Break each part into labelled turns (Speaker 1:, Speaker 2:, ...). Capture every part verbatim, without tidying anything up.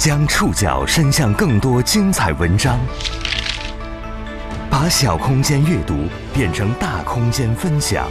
Speaker 1: 将触角伸向更多精彩文章，把小空间阅读变成大空间分享。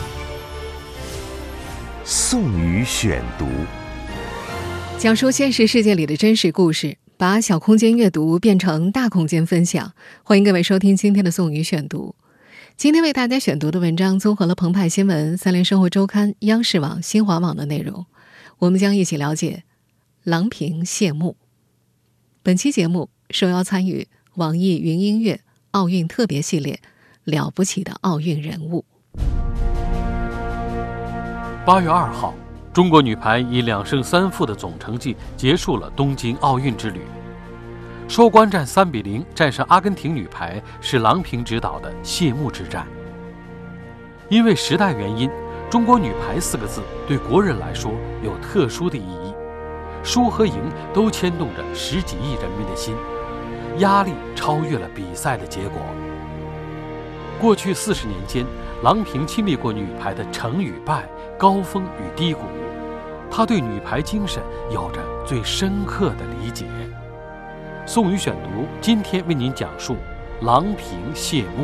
Speaker 1: 宋宇选读，
Speaker 2: 讲述现实世界里的真实故事，把小空间阅读变成大空间分享。欢迎各位收听今天的宋宇选读。今天为大家选读的文章综合了澎湃新闻、三联生活周刊、央视网、新华网的内容。我们将一起了解郎平谢幕。本期节目受邀参与网易云音乐奥运特别系列《了不起的奥运人物》。
Speaker 3: 八月二号，中国女排以两胜三负的总成绩结束了东京奥运之旅。收官战三比零战胜阿根廷女排，是郎平执导的谢幕之战。因为时代原因，中国女排四个字对国人来说有特殊的意义，输和赢都牵动着十几亿人民的心，压力超越了比赛的结果。过去四十年间，郎平经历过女排的成与败、高峰与低谷，她对女排精神有着最深刻的理解。宋宇选读今天为您讲述郎平谢幕。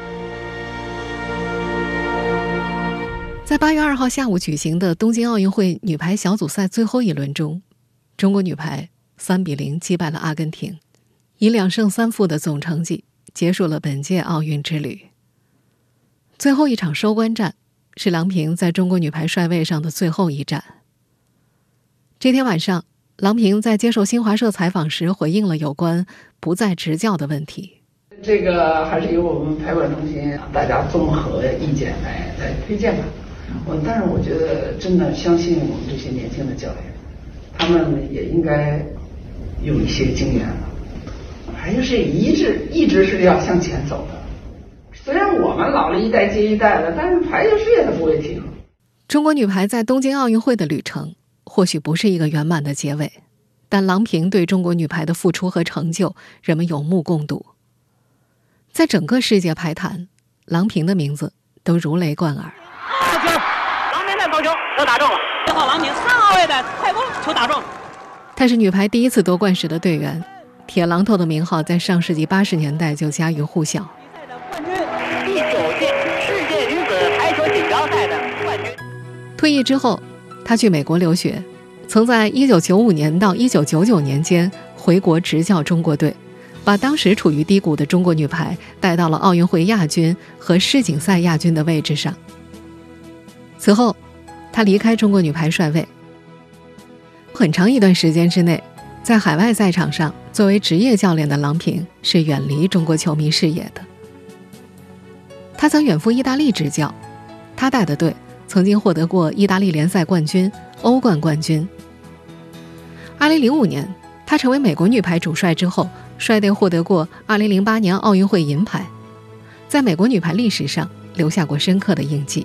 Speaker 2: 在八月二号下午举行的东京奥运会女排小组赛最后一轮中，中国女排三比零击败了阿根廷，以两胜三负的总成绩结束了本届奥运之旅。最后一场收官战是郎平在中国女排帅位上的最后一战。这天晚上，郎平在接受新华社采访时回应了有关不再执教的问题。
Speaker 4: 这个还是由我们排管中心大家综合意见来来推荐吧。我但是我觉得真的相信我们这些年轻的教练，他们也应该有一些经验了，还是一直一直是要向前走的。虽然我们老了一代接一代了，但是排球事业它不会停。
Speaker 2: 中国女排在东京奥运会的旅程或许不是一个圆满的结尾，但郎平对中国女排的付出和成就，人们有目共睹。在整个世界排坛，郎平的名字都如雷贯耳。
Speaker 5: 郎平在投球，球打中了。一号郎平三号位的快攻，球打中了。
Speaker 2: 她是女排第一次夺冠时的队员，铁榔头的名号在上世纪八十年代就家喻户晓。
Speaker 5: 冠军，第九届世界女子排球锦标赛的冠军。
Speaker 2: 退役之后，她去美国留学，曾在一九九五年到一九九九年间回国执教中国队，把当时处于低谷的中国女排带到了奥运会亚军和世锦赛亚军的位置上。此后，她离开中国女排帅位。很长一段时间之内，在海外赛场上作为职业教练的郎平是远离中国球迷视野的。她曾远赴意大利执教，她带的队曾经获得过意大利联赛冠军、欧冠冠军。二零零五年，她成为美国女排主帅之后，率队获得过二零零八年奥运会银牌，在美国女排历史上留下过深刻的印记。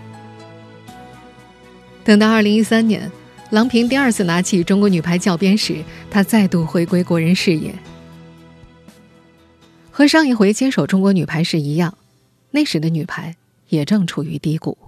Speaker 2: 等到二零一三年，郎平第二次拿起中国女排教鞭时，她再度回归国人视野。和上一回接手中国女排时一样，那时的女排也正处于低谷。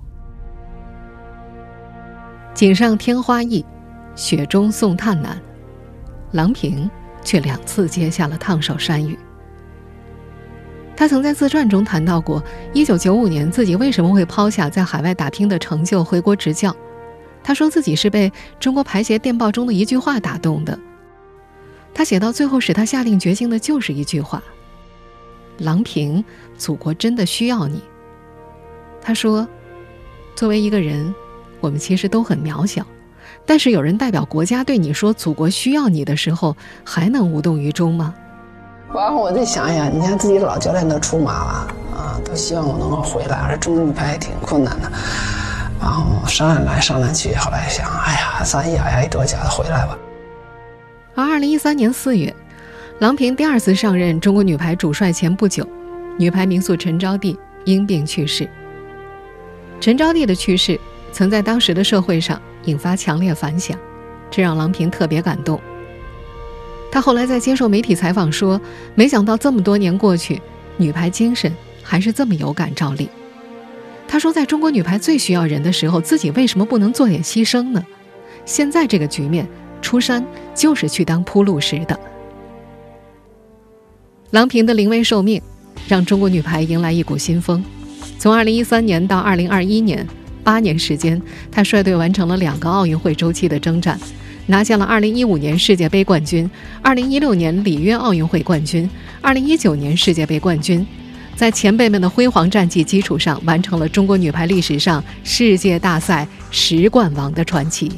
Speaker 2: 锦上添花易，雪中送炭难，郎平却两次接下了烫手山芋。他曾在自传中谈到过一九九五年自己为什么会抛下在海外打拼的成就回国执教。他说自己是被中国排协电报中的一句话打动的。他写到最后使他下定决心的就是一句话：郎平，祖国真的需要你。他说，作为一个人，我们其实都很渺小，但是有人代表国家对你说祖国需要你的时候，还能无动于衷吗？
Speaker 6: 然后我再想一想，你看自己老教练都出马了啊，都希望我能够回来，而中国女排也挺困难的。然后商量来商量去，后来想，哎呀，咱一咬牙一跺脚的回来吧。
Speaker 2: 而二零一三年四月，郎平第二次上任中国女排主帅前不久，女排名宿陈招娣因病去世。陈招娣的去世曾在当时的社会上引发强烈反响，这让郎平特别感动。她后来在接受媒体采访说，没想到这么多年过去，女排精神还是这么有感召力。她说，在中国女排最需要人的时候，自己为什么不能做点牺牲呢？现在这个局面出山就是去当铺路石的。郎平的临危受命，让中国女排迎来一股新风。从二零一三年到二零二一年，八年时间，她率队完成了两个奥运会周期的征战，拿下了二零一五年世界杯冠军、二零一六年里约奥运会冠军、二零一九年世界杯冠军。在前辈们的辉煌战绩基础上，完成了中国女排历史上世界大赛十冠王的传奇。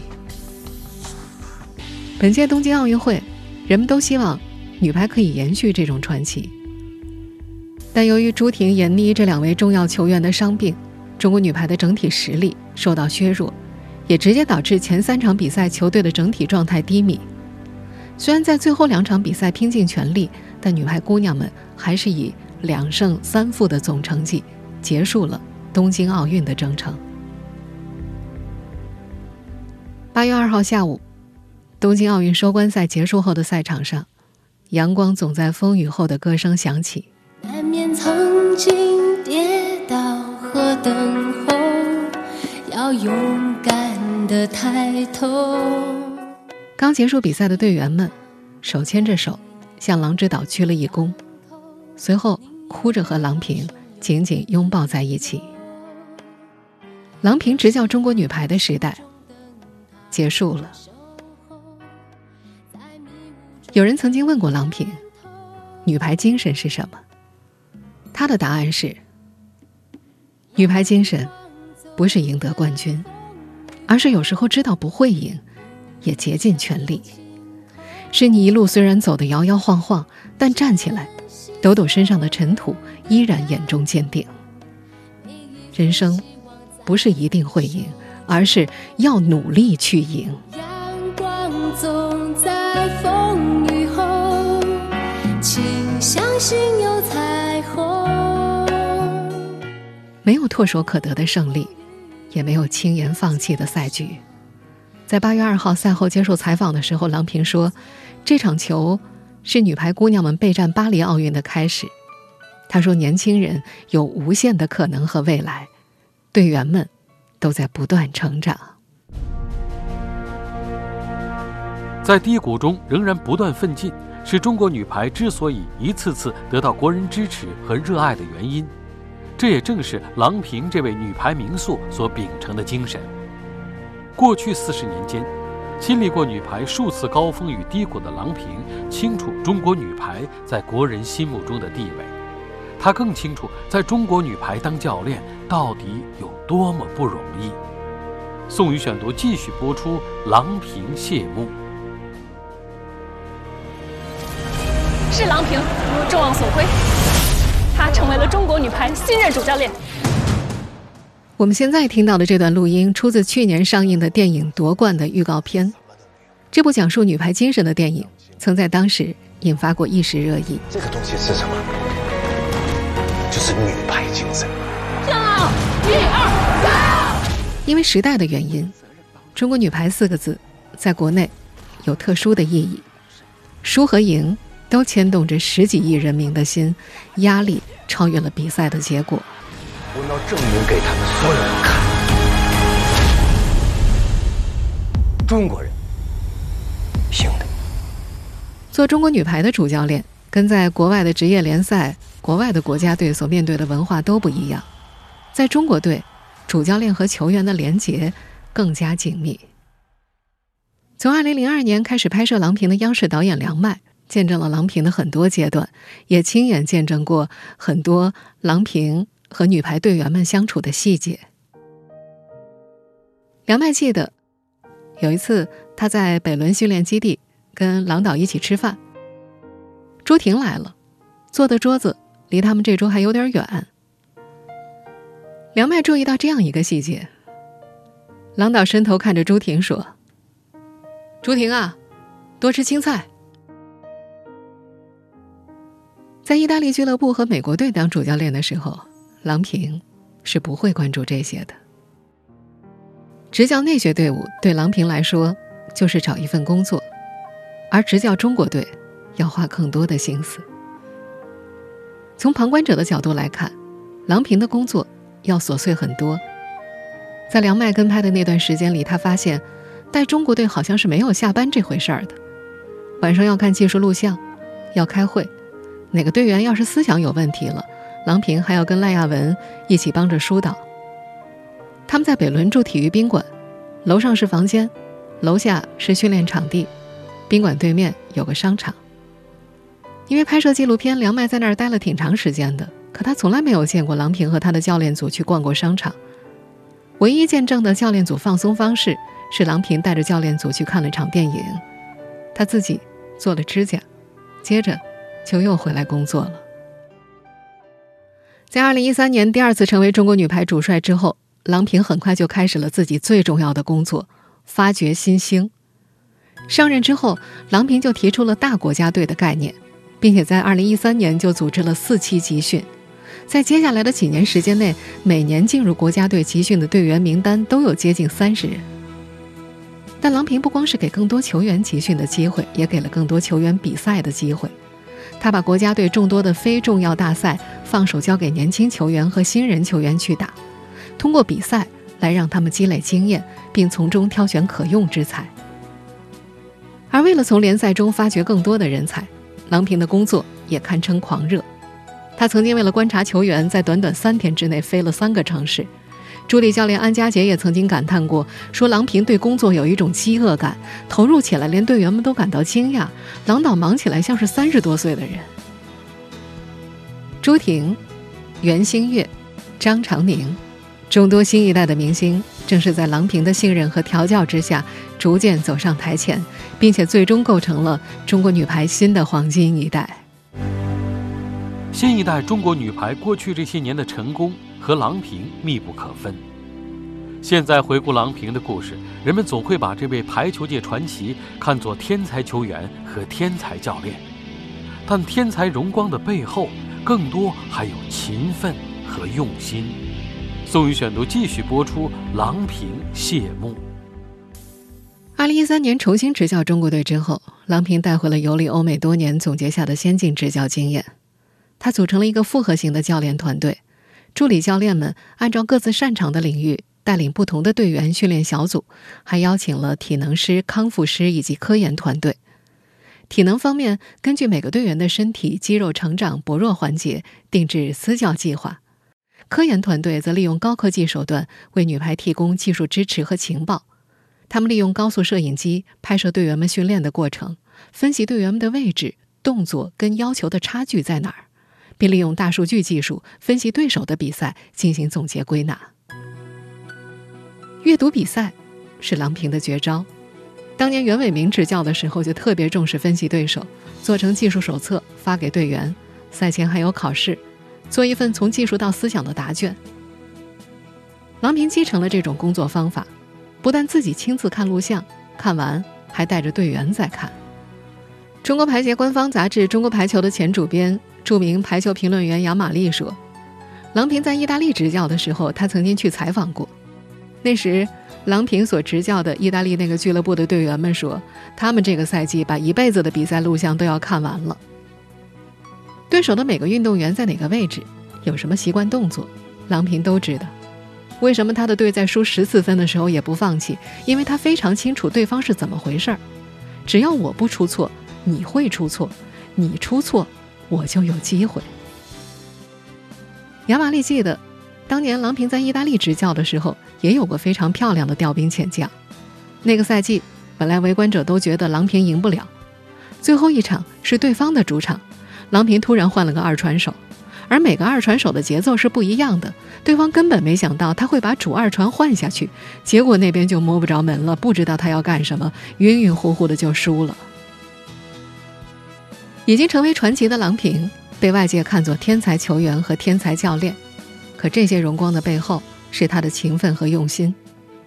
Speaker 2: 本届东京奥运会，人们都希望女排可以延续这种传奇，但由于朱婷、闫妮这两位重要球员的伤病，中国女排的整体实力受到削弱，也直接导致前三场比赛球队的整体状态低迷。虽然在最后两场比赛拼尽全力，但女排姑娘们还是以两胜三负的总成绩结束了东京奥运的征程。八月二号下午，东京奥运收官赛结束后的赛场上，阳光总在风雨后的歌声响起。
Speaker 7: 难免曾经跌倒和等候，要勇敢地抬头。
Speaker 2: 刚结束比赛的队员们手牵着手向郎指导鞠了一躬，随后哭着和郎平紧紧拥抱在一起。郎平执教中国女排的时代结束了。有人曾经问过郎平，女排精神是什么？她的答案是，女排精神不是赢得冠军，而是有时候知道不会赢，也竭尽全力。是你一路虽然走得摇摇晃晃，但站起来抖抖身上的尘土，依然眼中坚定。人生不是一定会赢，而是要努力去赢。
Speaker 7: 阳光总在风雨后，请相信有彩虹。
Speaker 2: 没有唾手可得的胜利，也没有轻言放弃的赛局。在八月二号赛后接受采访的时候，郎平说，这场球是女排姑娘们备战巴黎奥运的开始。她说，年轻人有无限的可能和未来，队员们都在不断成长。
Speaker 3: 在低谷中仍然不断奋进，是中国女排之所以一次次得到国人支持和热爱的原因。这也正是郎平这位女排名宿所秉承的精神。过去四十年间，经历过女排数次高峰与低谷的郎平，清楚中国女排在国人心目中的地位。她更清楚，在中国女排当教练到底有多么不容易。宋宇选读继续播出，郎平谢幕。
Speaker 8: 是郎平如众望所归，她成为了中国女排新任主教练。
Speaker 2: 我们现在听到的这段录音出自去年上映的电影《夺冠》的预告片。这部讲述女排精神的电影曾在当时引发过一时热议。
Speaker 9: 这个东西是什么？就是女排精神。
Speaker 8: 上一二三。
Speaker 2: 因为时代的原因，中国女排四个字在国内有特殊的意义，输和赢都牵动着十几亿人民的心，压力超越了比赛的结果。
Speaker 9: 我要证明给他们所有人看，中国人行的。
Speaker 2: 做中国女排的主教练，跟在国外的职业联赛、国外的国家队所面对的文化都不一样。在中国队，主教练和球员的连结更加紧密。从二零零二年开始拍摄郎平的央视导演梁麦，见证了郎平的很多阶段，也亲眼见证过很多郎平和女排队员们相处的细节。梁麦记得有一次他在北仑训练基地跟郎导一起吃饭，朱婷来了，坐的桌子离他们这桌还有点远。梁麦注意到这样一个细节，郎导伸头看着朱婷说，朱婷啊，多吃青菜。在意大利俱乐部和美国队当主教练的时候，郎平是不会关注这些的。执教内学队伍对郎平来说就是找一份工作，而执教中国队要花更多的心思。从旁观者的角度来看，郎平的工作要琐碎很多。在梁麦跟拍的那段时间里，他发现带中国队好像是没有下班这回事儿的，晚上要看技术录像，要开会，哪个队员要是思想有问题了，郎平还要跟赖亚文一起帮着疏导。他们在北仑住体育宾馆，楼上是房间，楼下是训练场地，宾馆对面有个商场。因为拍摄纪录片，梁麦在那儿待了挺长时间的，可他从来没有见过郎平和他的教练组去逛过商场。唯一见证的教练组放松方式是郎平带着教练组去看了场电影，他自己做了指甲，接着就又回来工作了。在二零一三年第二次成为中国女排主帅之后，郎平很快就开始了自己最重要的工作，发掘新星。上任之后，郎平就提出了大国家队的概念，并且在二零一三年就组织了四期集训。在接下来的几年时间内，每年进入国家队集训的队员名单都有接近三十人。但郎平不光是给更多球员集训的机会，也给了更多球员比赛的机会。他把国家队众多的非重要大赛放手交给年轻球员和新人球员去打，通过比赛来让他们积累经验，并从中挑选可用之才。而为了从联赛中发掘更多的人才，郎平的工作也堪称狂热。他曾经为了观察球员，在短短三天之内飞了三个城市。助理教练安家杰也曾经感叹过，说郎平对工作有一种饥饿感，投入起来连队员们都感到惊讶，郎导忙起来像是三十多岁的人。朱婷、袁心玥、张常宁，众多新一代的明星正是在郎平的信任和调教之下逐渐走上台前，并且最终构成了中国女排新的黄金一代。
Speaker 3: 新一代中国女排过去这些年的成功和郎平密不可分。现在回顾郎平的故事，人们总会把这位排球界传奇看作天才球员和天才教练，但天才荣光的背后，更多还有勤奋和用心。宋宇选读继续播出，郎平谢幕。
Speaker 2: 二零一三年重新执教中国队之后，郎平带回了游历欧美多年总结下的先进执教经验。他组成了一个复合型的教练团队，助理教练们按照各自擅长的领域带领不同的队员训练小组，还邀请了体能师、康复师以及科研团队。体能方面，根据每个队员的身体、肌肉成长、薄弱环节定制私教计划。科研团队则利用高科技手段为女排提供技术支持和情报。他们利用高速摄影机拍摄队员们训练的过程，分析队员们的位置、动作跟要求的差距在哪儿，并利用大数据技术分析对手的比赛，进行总结归纳。阅读比赛是郎平的绝招。当年袁伟民执教的时候，就特别重视分析对手，做成技术手册发给队员，赛前还有考试，做一份从技术到思想的答卷。郎平继承了这种工作方法，不但自己亲自看录像，看完还带着队员在看。中国排协官方杂志《中国排球》的前主编、著名排球评论员杨玛丽说，郎平在意大利执教的时候，他曾经去采访过。那时郎平所执教的意大利那个俱乐部的队员们说，他们这个赛季把一辈子的比赛录像都要看完了。对手的每个运动员在哪个位置，有什么习惯动作，郎平都知道。为什么他的队在输十四分的时候也不放弃？因为他非常清楚对方是怎么回事儿。只要我不出错，你会出错，你出错，我就有机会。杨玛丽记得，当年郎平在意大利执教的时候，也有过非常漂亮的调兵遣将。那个赛季，本来围观者都觉得郎平赢不了，最后一场是对方的主场，郎平突然换了个二传手，而每个二传手的节奏是不一样的，对方根本没想到他会把主二传换下去，结果那边就摸不着门了，不知道他要干什么，晕晕乎乎的就输了。已经成为传奇的郎平被外界看作天才球员和天才教练，可这些荣光的背后是他的勤奋和用心。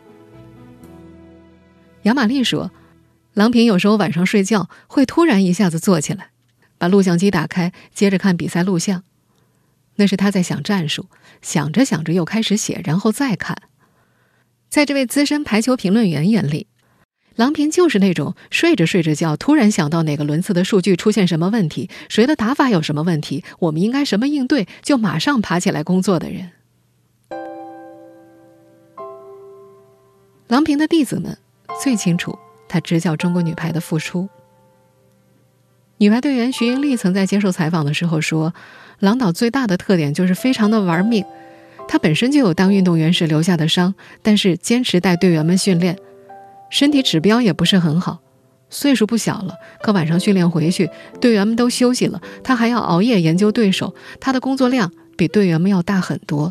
Speaker 2: 杨玛丽说，郎平有时候晚上睡觉会突然一下子坐起来，把录像机打开，接着看比赛录像。那是他在想战术，想着想着又开始写，然后再看。在这位资深排球评论员眼里，郎平就是那种睡着睡着觉，突然想到哪个轮次的数据出现什么问题，谁的打法有什么问题，我们应该什么应对，就马上爬起来工作的人。郎平的弟子们最清楚他执教中国女排的付出。女排队员徐英丽曾在接受采访的时候说，郎导最大的特点就是非常的玩命，他本身就有当运动员时留下的伤，但是坚持带队员们训练，身体指标也不是很好，岁数不小了，可晚上训练回去，队员们都休息了，他还要熬夜研究对手，他的工作量比队员们要大很多。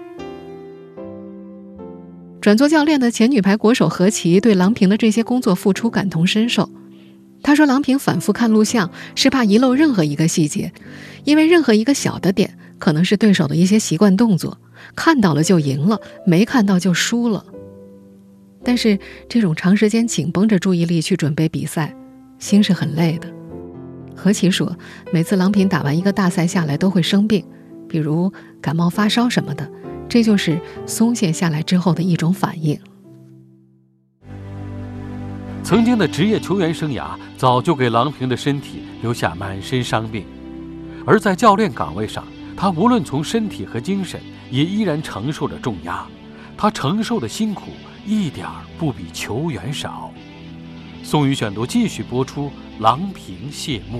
Speaker 2: 转做教练的前女排国手何琪对郎平的这些工作付出感同身受。他说郎平反复看录像是怕遗漏任何一个细节，因为任何一个小的点可能是对手的一些习惯动作，看到了就赢了，没看到就输了。但是这种长时间紧绷着注意力去准备比赛，心是很累的。何琪说，每次郎平打完一个大赛下来都会生病，比如感冒发烧什么的，这就是松懈下来之后的一种反应。
Speaker 3: 曾经的职业球员生涯早就给郎平的身体留下满身伤病，而在教练岗位上，他无论从身体和精神也依然承受着重压，他承受的辛苦一点不比球员少。宋宇选读继续播出，郎平谢幕。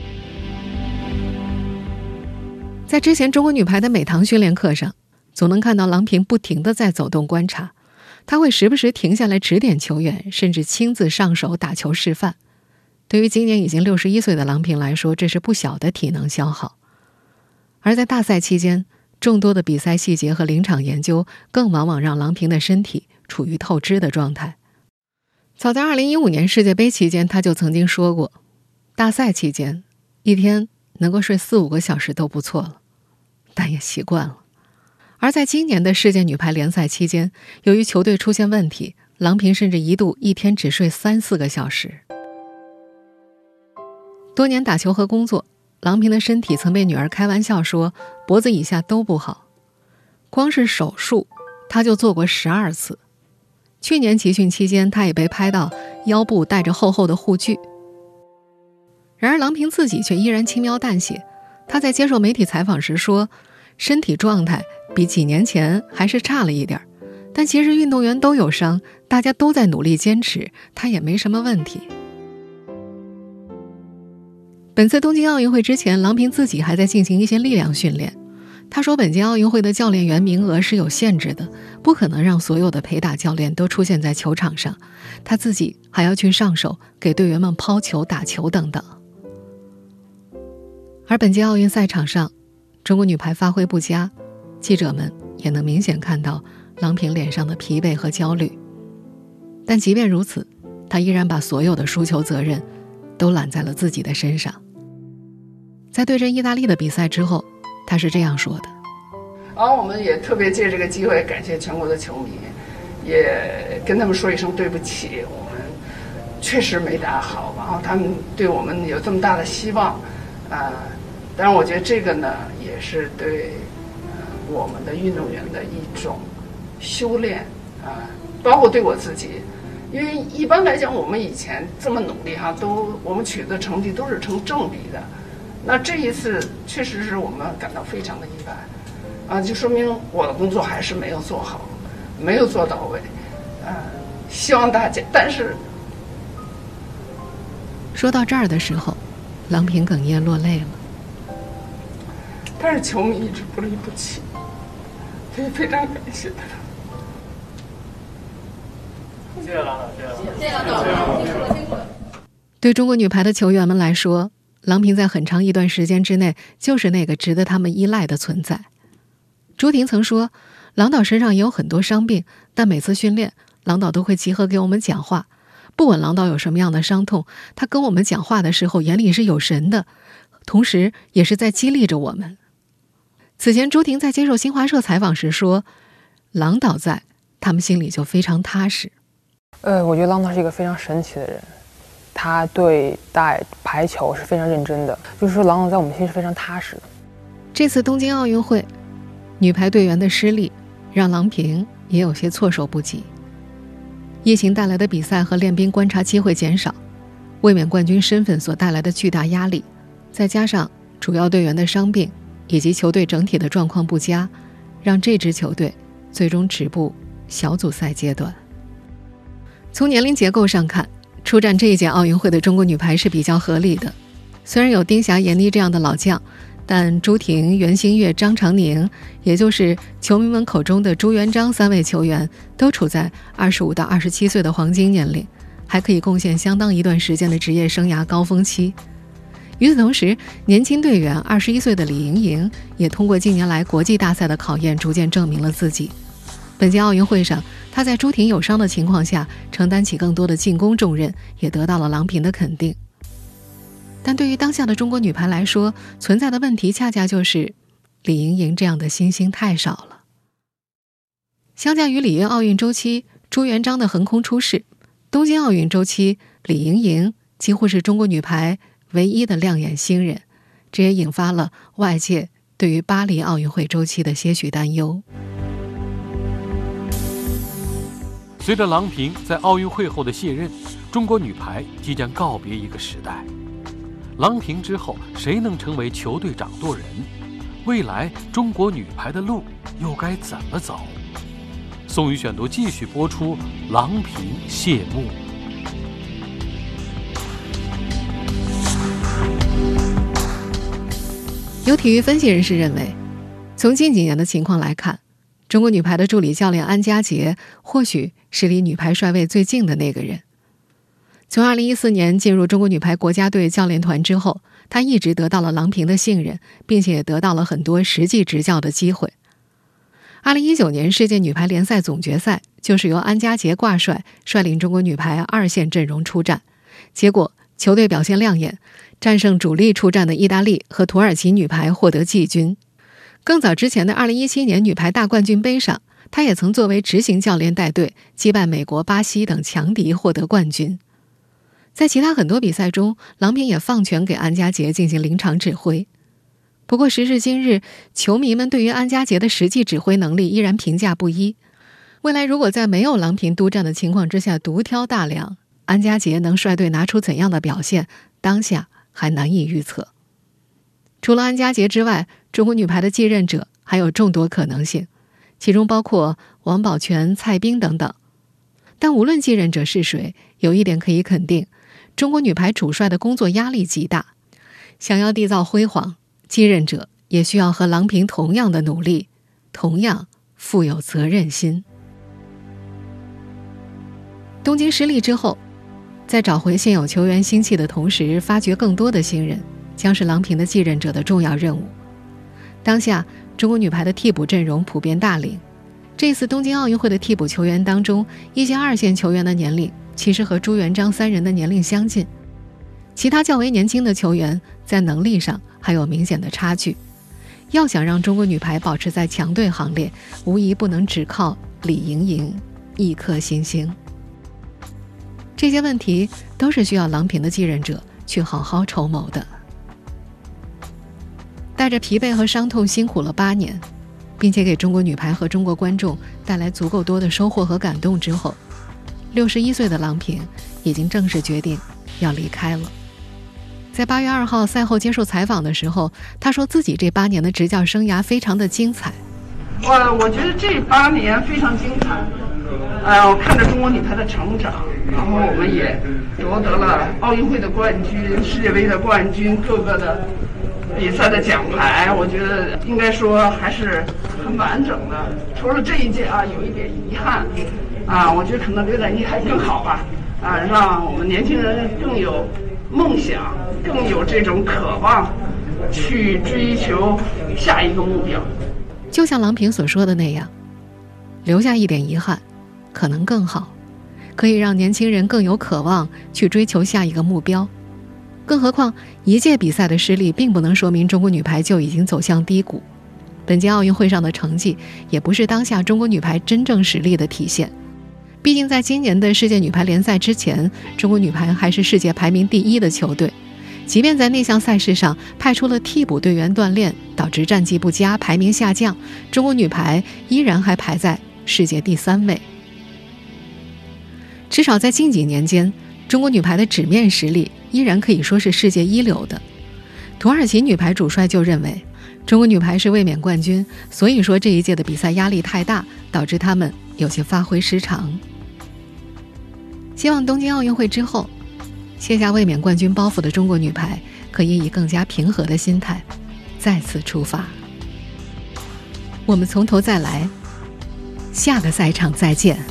Speaker 2: 在之前中国女排的每堂训练课上，总能看到郎平不停地在走动观察，他会时不时停下来指点球员，甚至亲自上手打球示范。对于今年已经六十一岁的郎平来说，这是不小的体能消耗。而在大赛期间，众多的比赛细节和临场研究更往往让郎平的身体处于透支的状态。早在二零一五年世界杯期间，他就曾经说过，大赛期间一天能够睡四五个小时都不错了，但也习惯了。而在今年的世界女排联赛期间，由于球队出现问题，郎平甚至一度一天只睡三四个小时。多年打球和工作，郎平的身体曾被女儿开玩笑说脖子以下都不好，光是手术她就做过十二次。去年集训期间，她也被拍到腰部带着厚厚的护具。然而郎平自己却依然轻描淡写，她在接受媒体采访时说，身体状态比几年前还是差了一点，但其实运动员都有伤，大家都在努力坚持，她也没什么问题。本次东京奥运会之前，郎平自己还在进行一些力量训练。他说本届奥运会的教练员名额是有限制的，不可能让所有的陪打教练都出现在球场上，他自己还要去上手给队员们抛球打球等等。而本届奥运赛场上，中国女排发挥不佳，记者们也能明显看到郎平脸上的疲惫和焦虑。但即便如此，她依然把所有的输球责任都揽在了自己的身上。在对阵意大利的比赛之后，她是这样说的。
Speaker 4: 然后我们也特别借这个机会感谢全国的球迷，也跟他们说一声对不起，我们确实没打好，然后他们对我们有这么大的希望，啊、呃，当然我觉得这个呢也是对、呃、我们的运动员的一种修炼啊、呃，包括对我自己，因为一般来讲我们以前这么努力哈，都我们取得成绩都是成正比的，那这一次确实是我们感到非常的意外。啊，就说明我的工作还是没有做好，没有做到位，呃，希望大家。但是
Speaker 2: 说到这儿的时候，郎平哽咽落泪了。
Speaker 4: 但是球迷一直不离不弃，所以非常感谢他。
Speaker 5: 谢谢郎导，谢谢郎导，
Speaker 8: 谢谢郎导，辛苦了，辛苦了。
Speaker 2: 对中国女排的球员们来说，郎平在很长一段时间之内就是那个值得他们依赖的存在。朱婷曾说，郎导身上也有很多伤病，但每次训练，郎导都会集合给我们讲话。不管郎导有什么样的伤痛，他跟我们讲话的时候眼里是有神的，同时也是在激励着我们。此前朱婷在接受新华社采访时说，郎导在，他们心里就非常踏实。
Speaker 10: 呃，我觉得郎导是一个非常神奇的人，他对待排球是非常认真的，就是说郎导在我们心是非常踏实的。
Speaker 2: 这次东京奥运会，女排队员的失利让郎平也有些措手不及。疫情带来的比赛和练兵观察机会减少，卫冕冠军身份所带来的巨大压力，再加上主要队员的伤病以及球队整体的状况不佳，让这支球队最终止步小组赛阶段。 从年龄结构上看，出战这一届奥运会的中国女排是比较合理的。虽然有丁霞、闫妮这样的老将，但朱婷、袁心玥、张常宁，也就是球迷们口中的朱元璋三位球员，都处在二十五到二十七岁的黄金年龄，还可以贡献相当一段时间的职业生涯高峰期。与此同时，年轻队员二十一岁的李盈莹也通过近年来国际大赛的考验，逐渐证明了自己。本届奥运会上，她在朱婷有伤的情况下，承担起更多的进攻重任，也得到了郎平的肯定。但对于当下的中国女排来说，存在的问题恰恰就是李盈莹这样的新星太少了。相较于里约奥运周期朱元璋的横空出世，东京奥运周期李盈莹几乎是中国女排唯一的亮眼新人，这也引发了外界对于巴黎奥运会周期的些许担忧。
Speaker 3: 随着郎平在奥运会后的卸任，中国女排即将告别一个时代。郎平之后，谁能成为球队掌舵人？未来中国女排的路又该怎么走？宋宇选读继续播出，郎平谢幕。
Speaker 2: 有体育分析人士认为，从近几年的情况来看，中国女排的助理教练安家杰或许是离女排帅位最近的那个人。从二零一四年进入中国女排国家队教练团之后，他一直得到了郎平的信任，并且也得到了很多实际执教的机会。二零一九年世界女排联赛总决赛就是由安家杰挂帅，率领中国女排二线阵容出战，结果球队表现亮眼，战胜主力出战的意大利和土耳其女排，获得季军。更早之前的二零一七年女排大冠军杯上，他也曾作为执行教练带队击败美国、巴西等强敌，获得冠军。在其他很多比赛中，郎平也放权给安家杰进行临场指挥。不过时至今日，球迷们对于安家杰的实际指挥能力依然评价不一。未来如果在没有郎平督战的情况之下独挑大梁，安家杰能率队拿出怎样的表现，当下还难以预测。除了安家杰之外，中国女排的继任者还有众多可能性，其中包括王宝全、蔡斌等等。但无论继任者是谁，有一点可以肯定，中国女排主帅的工作压力极大，想要缔造辉煌，继任者也需要和郎平同样的努力，同样富有责任心。东京失利之后，在找回现有球员心气的同时，发掘更多的新人，将是郎平的继任者的重要任务。当下中国女排的替补阵容普遍大龄，这次东京奥运会的替补球员当中，一些二线球员的年龄其实和朱元璋三人的年龄相近，其他较为年轻的球员在能力上还有明显的差距。要想让中国女排保持在强队行列，无疑不能只靠李盈莹一颗新星。这些问题都是需要郎平的继任者去好好筹谋的。带着疲惫和伤痛辛苦了八年，并且给中国女排和中国观众带来足够多的收获和感动之后，六十一岁的郎平已经正式决定要离开了。在八月二号赛后接受采访的时候，他说自己这八年的执教生涯非常的精彩。
Speaker 4: 我我觉得这八年非常精彩，呃，我看着中国女排的成长，然后我们也夺得了奥运会的冠军、世界杯的冠军，各个的比赛的奖牌，我觉得应该说还是很完整的。除了这一届啊，有一点遗憾，啊，我觉得可能刘在一还更好吧，啊，让我们年轻人更有梦想，更有这种渴望，去追求下一个目标。
Speaker 2: 就像郎平所说的那样，留下一点遗憾，可能更好，可以让年轻人更有渴望去追求下一个目标。更何况一届比赛的失利并不能说明中国女排就已经走向低谷，本届奥运会上的成绩也不是当下中国女排真正实力的体现。毕竟在今年的世界女排联赛之前，中国女排还是世界排名第一的球队，即便在那项赛事上派出了替补队员锻炼，导致战绩不佳，排名下降，中国女排依然还排在世界第三位。至少在近几年间，中国女排的纸面实力依然可以说是世界一流的。土耳其女排主帅就认为，中国女排是卫冕冠军，所以说这一届的比赛压力太大，导致他们有些发挥失常。 希望东京奥运会之后，卸下卫冕冠军包袱的中国女排可以以更加平和的心态再次出发。我们从头再来，下个赛场再见。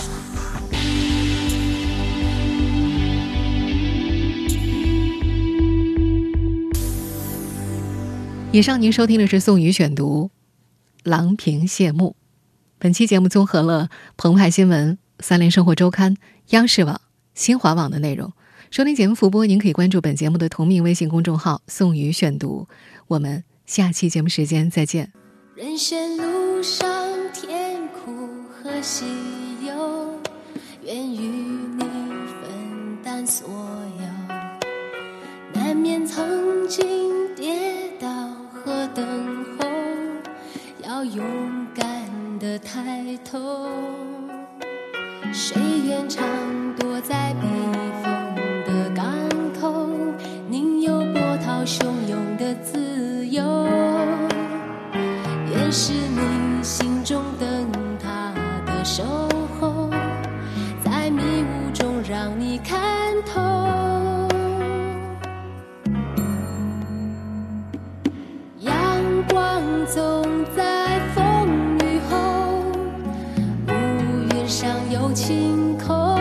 Speaker 2: 以上您收听的是宋宇选读《郎平谢幕》。本期节目综合了澎湃新闻、三联生活周刊、央视网、新华网的内容。收听节目复播，您可以关注本节目的同名微信公众号宋宇选读。我们下期节目时间再见。
Speaker 7: 人生路上甜苦和喜忧，愿与你分担所有，难免曾经跌倒和等候，要勇敢地抬头。谁愿常躲在避风的港口，宁有波涛汹涌的自由。愿是你心中灯塔的守候，在迷雾中让你看透。阳光总在风雨后，乌云上有晴空。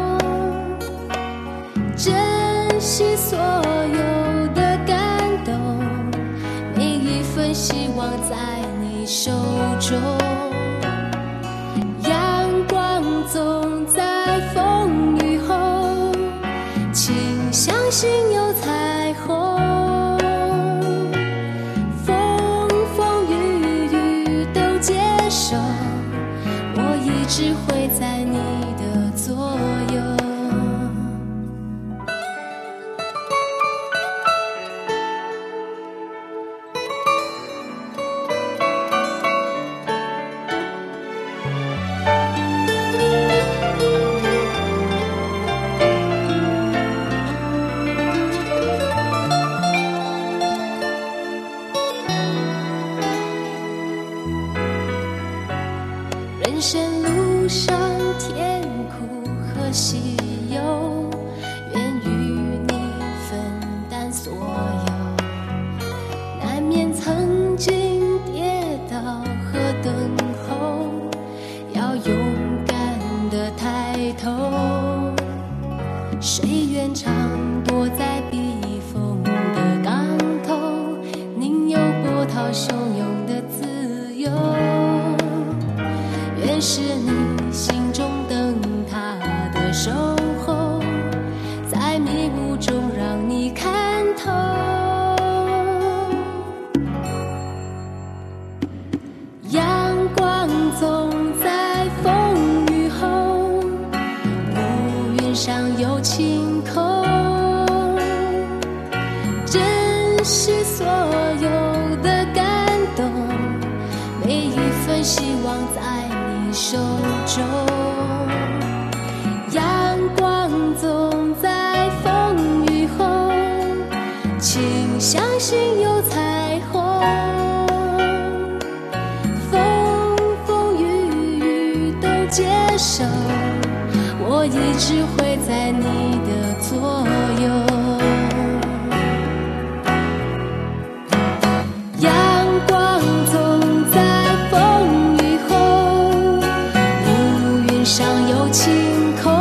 Speaker 7: 珍惜所有的感动，每一份希望在你手中。阳光总在风雨后，请相信有彩虹。风风雨雨都接受，我一直会在你的左右。人生路上甜苦和喜忧，愿与你分担所有，难免曾经跌倒和等候，要勇敢地抬头。谁愿常躲在避风的港口，宁有波涛汹涌的自由。愿是你心中灯塔的守候，在迷雾中让你看透。阳光总在风雨后，乌云上有晴空。珍惜所有的感动，每一份希望在手中。阳光总在风雨后，请相信有彩虹。风风雨雨都接受，我一直会在你的左右。阳光总在风雨后，上有晴空。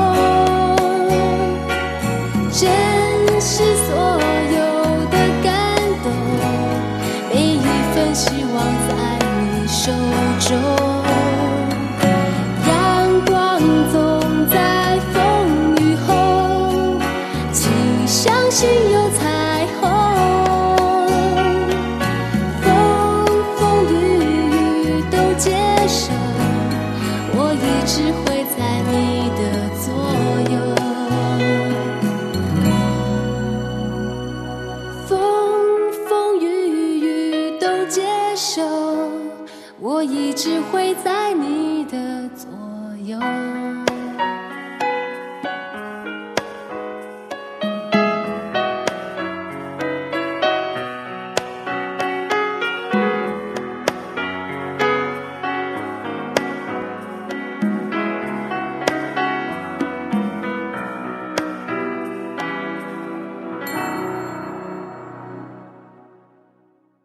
Speaker 7: 珍惜所有的感动，每一份希望在你手中。阳光总在风雨后，请相信有彩虹。风风雨雨都接受，我一直会在你的左右。风风雨雨都接受，我一直会在你的左右。